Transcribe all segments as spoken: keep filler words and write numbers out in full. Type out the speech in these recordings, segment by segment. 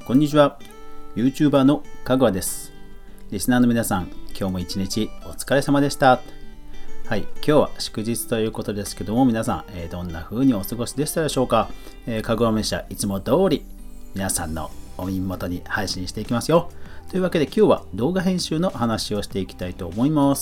こんにちは。YouTuber のかぐわです。リスナーの皆さん、今日も一日お疲れ様でした。はい、今日は祝日ということですけども、皆さん、えー、どんな風にお過ごしでしたでしょうか。えー、かぐわ飯はいつも通り皆さんのお耳元に配信していきますよ。というわけで今日は動画編集の話をしていきたいと思います。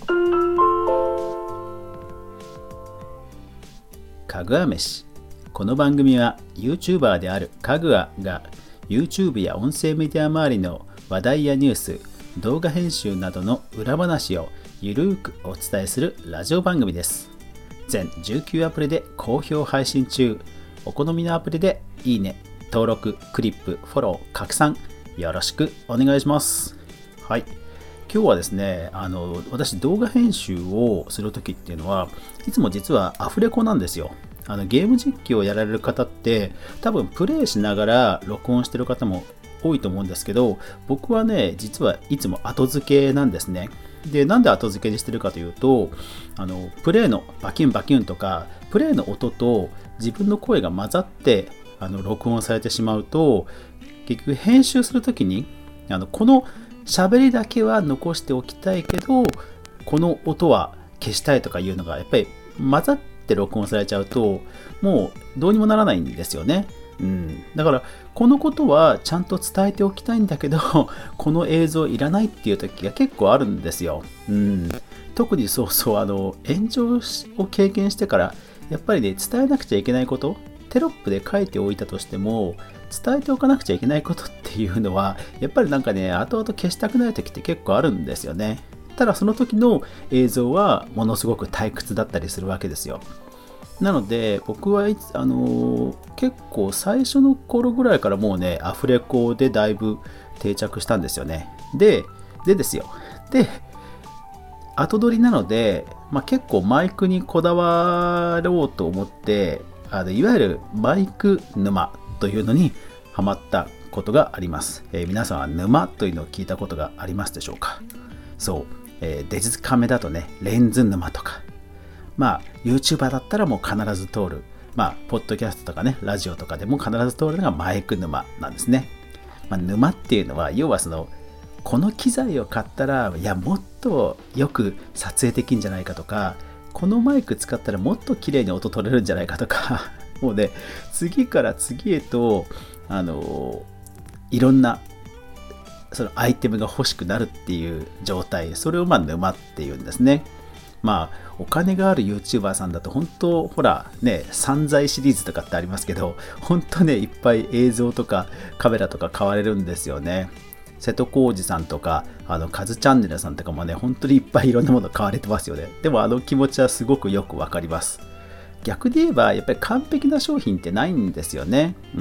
かぐわ飯。この番組は YouTuber であるかぐわが YouTube や音声メディア周りの話題やニュース、動画編集などの裏話をゆるーくお伝えするラジオ番組です。全じゅうきゅうアプリで好評配信中。お好みのアプリでいいね、登録、クリップ、フォロー、拡散よろしくお願いします。はい。今日はですね、あの私動画編集をするときっていうのはいつも実はアフレコなんですよ。あのゲーム実況をやられる方って多分プレイしながら録音してる方も多いと思うんですけど、僕はね実はいつも後付けなんですね。で、なんで後付けにしてるかというと、あのプレイのバキュンバキュンとかプレイの音と自分の声が混ざってあの録音されてしまうと、結局編集するときにあのこの喋りだけは残しておきたいけどこの音は消したいとかいうのがやっぱり混ざってって録音されちゃうともうどうにもならないんですよね。うん、だからこのことはちゃんと伝えておきたいんだけどこの映像いらないっていう時が結構あるんですよ。うん、特にそうそうあの炎上を経験してからやっぱりね伝えなくちゃいけないことテロップで書いておいたとしても伝えておかなくちゃいけないことっていうのはやっぱりなんかね後々消したくない時って結構あるんですよね。ただその時の映像はものすごく退屈だったりするわけですよ。なので僕は、あのー、結構最初の頃ぐらいからもうねアフレコでだいぶ定着したんですよね。で、でですよ。で、後撮りなので、まあ、結構マイクにこだわろうと思ってあのいわゆるマイク沼というのにハマったことがあります。えー、皆さんは沼というのを聞いたことがありますでしょうか。そう、えー、デジカメだとねレンズ沼とか、まあ YouTuber だったらもう必ず通る、まあポッドキャストとかねラジオとかでも必ず通るのがマイク沼なんですね。まあ、沼っていうのは要はそのこの機材を買ったらいやもっとよく撮影できるんじゃないかとか、このマイク使ったらもっと綺麗に音取れるんじゃないかとかもうね次から次へとあのいろんなそのアイテムが欲しくなるっていう状態、それをまあ沼っていうんですね。まあお金がある YouTuber さんだと本当ほらね散財シリーズとかってありますけど、本当ねいっぱい映像とかカメラとか買われるんですよね。瀬戸康史さんとかあのカズチャンネルさんとかもね本当にいっぱいいろんなもの買われてますよね。でもあの気持ちはすごくよくわかります。逆で言えばやっぱり完璧な商品ってないんですよね。うん、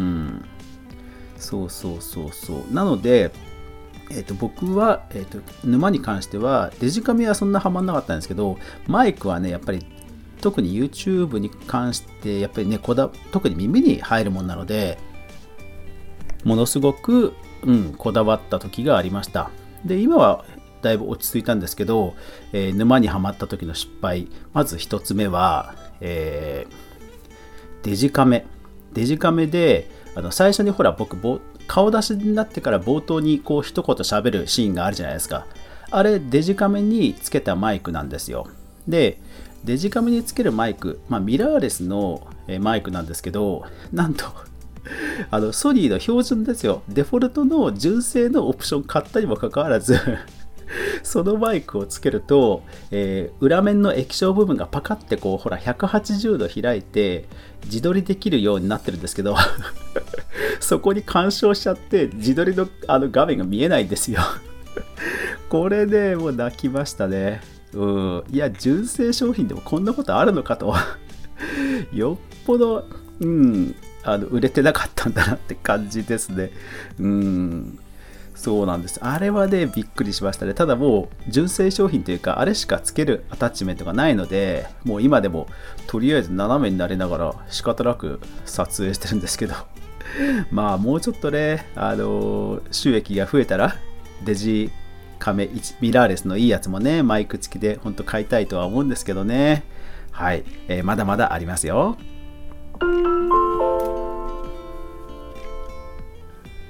そうそうそうそう。なのでえー、と僕は、えー、と沼に関してはデジカメはそんなハマんなかったんですけど、マイクはねやっぱり特に YouTube に関してやっぱりねこだ特に耳に入るものなのでものすごく、うん、こだわった時がありました。で今はだいぶ落ち着いたんですけど、えー、沼にはまった時の失敗、まず一つ目は、えー、デジカメデジカメであの最初にほら僕顔出しになってから冒頭にこう一言喋るシーンがあるじゃないですか。あれデジカメにつけたマイクなんですよ。でデジカメにつけるマイク、まあ、ミラーレスのマイクなんですけど、なんとあのソニーの標準ですよ。デフォルトの純正のオプション買ったにもかかわらずそのマイクをつけると、えー、裏面の液晶部分がパカってこうほらひゃくはちじゅうど開いて自撮りできるようになってるんですけどそこに干渉しちゃって自撮り の, あの画面が見えないんですよこれでもう泣きましたね。うん、いや純正商品でもこんなことあるのかとよっぽど、うん、あの売れてなかったんだなって感じですね。うん、そうなんです。あれはねびっくりしましたね。ただもう純正商品というかあれしかつけるアタッチメントがないので、もう今でもとりあえず斜めになりながら仕方なく撮影してるんですけどまあもうちょっとねあの収益が増えたらデジカメミラーレスのいいやつもねマイク付きで本当買いたいとは思うんですけどね。はい、えー、まだまだありますよ。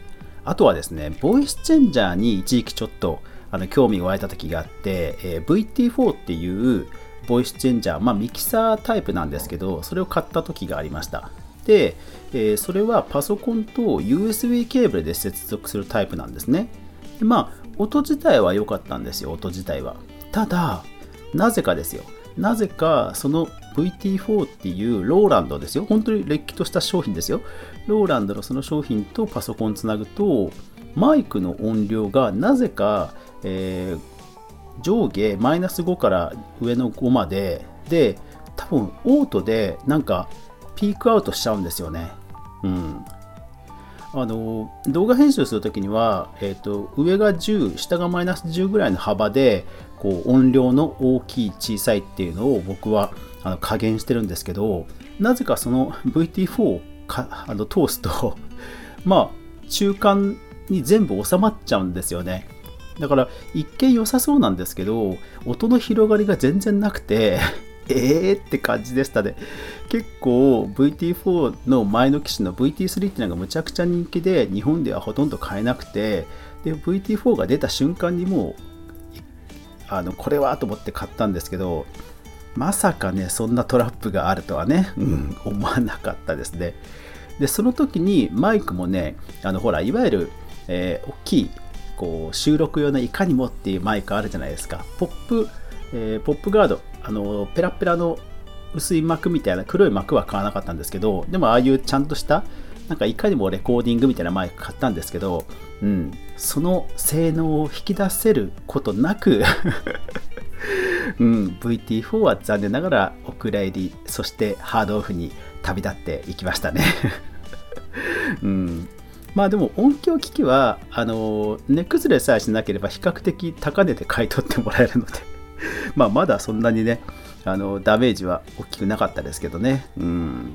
あとはですね、ボイスチェンジャーに一時期ちょっとあの興味が湧いた時があって、えー、ブイティーフォー っていうボイスチェンジャー、まあ、ミキサータイプなんですけど、それを買った時がありました。で、えー、それはパソコンと ユーエスビー ケーブルで接続するタイプなんですね。でまあ、音自体は良かったんですよ、音自体は。ただ、なぜかですよ。なぜか、その ブイティーフォー っていうローランドですよ。本当にれっきとした商品ですよ。ローランドのその商品とパソコンつなぐと、マイクの音量がなぜか、えー、上下マイナスごから上のごまで、で、多分オートでなんかピークアウトしちゃうんですよね。うん。あの動画編集するときには、えーと、上がじゅう、下がマイナスじゅうぐらいの幅でこう音量の大きい小さいっていうのを僕はあの加減してるんですけど、なぜかその ブイティーフォー をかあの通すとまあ中間に全部収まっちゃうんですよね。だから一見良さそうなんですけど、音の広がりが全然なくてえーって感じでしたね。結構 ブイティーフォー の前の機種の ブイティースリー っていうのがむちゃくちゃ人気で、日本ではほとんど買えなくて、で ブイティーフォー が出た瞬間にもうあのこれはと思って買ったんですけど、まさかねそんなトラップがあるとはね、うん、思わなかったですね。でその時にマイクもね、あのほらいわゆる、えー、大きいこう収録用のいかにもっていうマイクあるじゃないですか。ポップ、えー、ポップガード、あのペラペラの薄い膜みたいな黒い膜は買わなかったんですけど、でもああいうちゃんとしたなんかいかにもレコーディングみたいなマイク買ったんですけど、うん、その性能を引き出せることなく、うん、ブイティーフォー は残念ながらお蔵入り、そしてハードオフに旅立っていきましたね、うん、まあでも音響機器はあの値崩れさえしなければ比較的高値で買い取ってもらえるのでまあまだそんなにねあのダメージは大きくなかったですけどね。うん、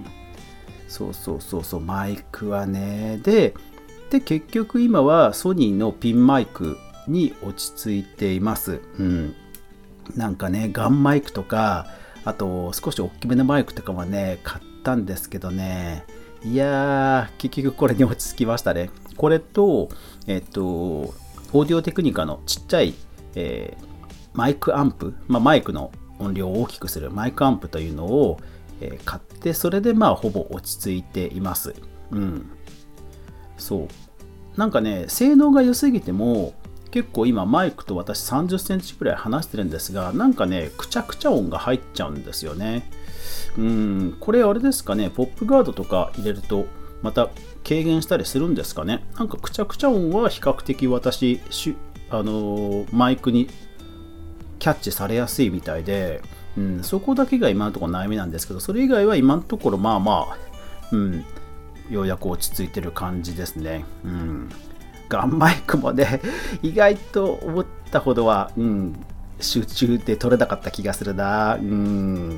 そうそうそうそう、マイクはね。で、で結局今はソニーのピンマイクに落ち着いています。うん、なんかね、ガンマイクとか、あと少し大きめのマイクとかはね、買ったんですけどね、いやー、結局これに落ち着きましたね。これと、えっと、オーディオテクニカのちっちゃい、えー、マイクアンプ、まあ、マイクの音量を大きくするマイクアンプというのを、えー、買って、それでまあほぼ落ち着いています。うん。そう。なんかね、性能が良すぎても、結構今マイクと私さんじゅっセンチくらい離してるんですが、なんかね、くちゃくちゃ音が入っちゃうんですよね。うん、これあれですかね、ポップガードとか入れると、また軽減したりするんですかね。なんかくちゃくちゃ音は比較的私、あのー、マイクにキャッチされやすいみたいで、うん、そこだけが今のところ悩みなんですけど、それ以外は今のところまあまあ、うん、ようやく落ち着いてる感じですね。うん、ガンマイクもね、意外と思ったほどは、うん、集中で取れなかった気がするな。うん、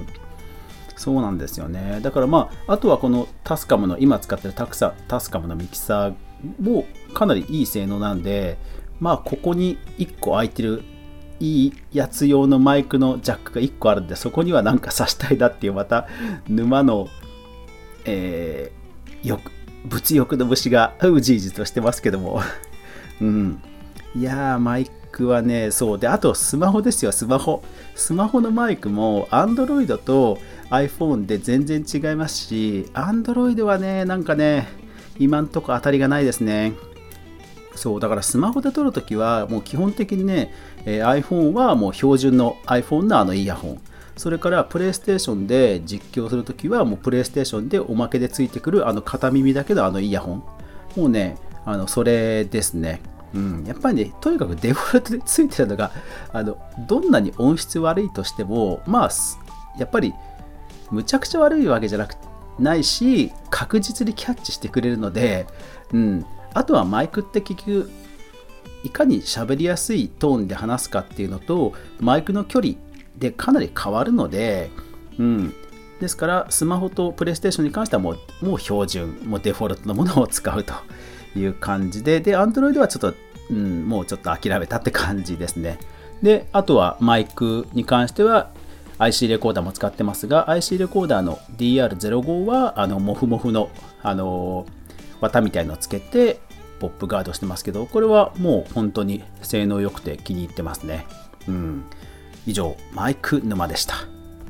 そうなんですよね。だからまあ、あとはこのタスカムの、今使ってるタクサタスカムのミキサーもかなりいい性能なんで、まあ、ここにいっこ空いてるいいやつ用のマイクのジャックがいっこあるんで、そこにはなんか挿したいなっていう、また沼の、えー、よ物欲の虫がうじうじとしてますけどもうん、いやーマイクはね、そうで、あとスマホですよ。スマホスマホのマイクも Android と iPhone で全然違いますし、 Android はね、なんかね、今んとこ当たりがないですね。そうだからスマホで撮るときはもう基本的にね、えー、iPhone はもう標準の iPhone のあのイヤホン、それからプレイステーションで実況するときはもうプレイステーションでおまけでついてくるあの片耳だけのあのイヤホン、もうね、あのそれですね。うん、やっぱりね、とにかくデフォルトでついてるのが、あのどんなに音質悪いとしても、まあやっぱりむちゃくちゃ悪いわけじゃなくないし、確実にキャッチしてくれるので、うん、あとはマイクって結局いかに喋りやすいトーンで話すかっていうのとマイクの距離でかなり変わるので、うん、ですからスマホとプレイステーションに関してはもう、もう標準、もうデフォルトのものを使うという感じで、で Android はちょっと、うん、もうちょっと諦めたって感じですね。であとはマイクに関しては アイシー レコーダーも使ってますが、 アイシー レコーダーの ディーアールゼロご はあのモフモフのあの綿みたいのをつけて、 ポップガードしてますけど、これはもう本当に性能良くて気に入ってますね。うん、以上、マイク沼でした。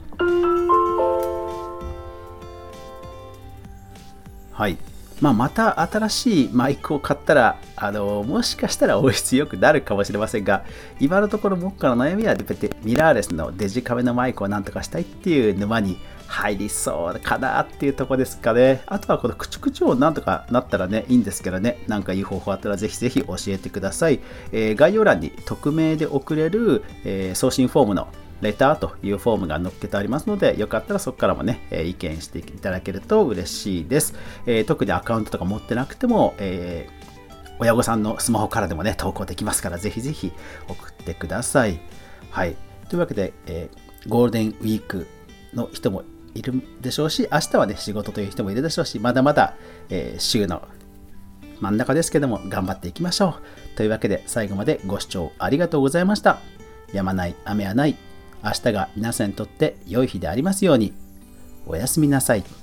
はい。まあ、また新しいマイクを買ったら、あのもしかしたら音質良くなるかもしれませんが、今のところ僕からの悩みはミラーレスのデジカメのマイクをなんとかしたいっていう沼に入りそうかなっていうところですかね。あとはこのクチュクチュ音なんとかなったらね、いいんですけどね、なんかいい方法あったらぜひぜひ教えてください。えー、概要欄に匿名で送れる、えー、送信フォームのレターというフォームが載っけてありますので、よかったらそこからもね、えー、意見していただけると嬉しいです。えー、特にアカウントとか持ってなくても、えー、親御さんのスマホからでもね、投稿できますから、ぜひぜひ送ってください。はい。というわけで、えー、ゴールデンウィークの人もいるでしょうし、明日はね、仕事という人もいるでしょうし、まだまだ、えー、週の真ん中ですけども、頑張っていきましょう。というわけで、最後までご視聴ありがとうございました。やまない雨はない。明日が皆さんにとって良い日でありますように。おやすみなさい。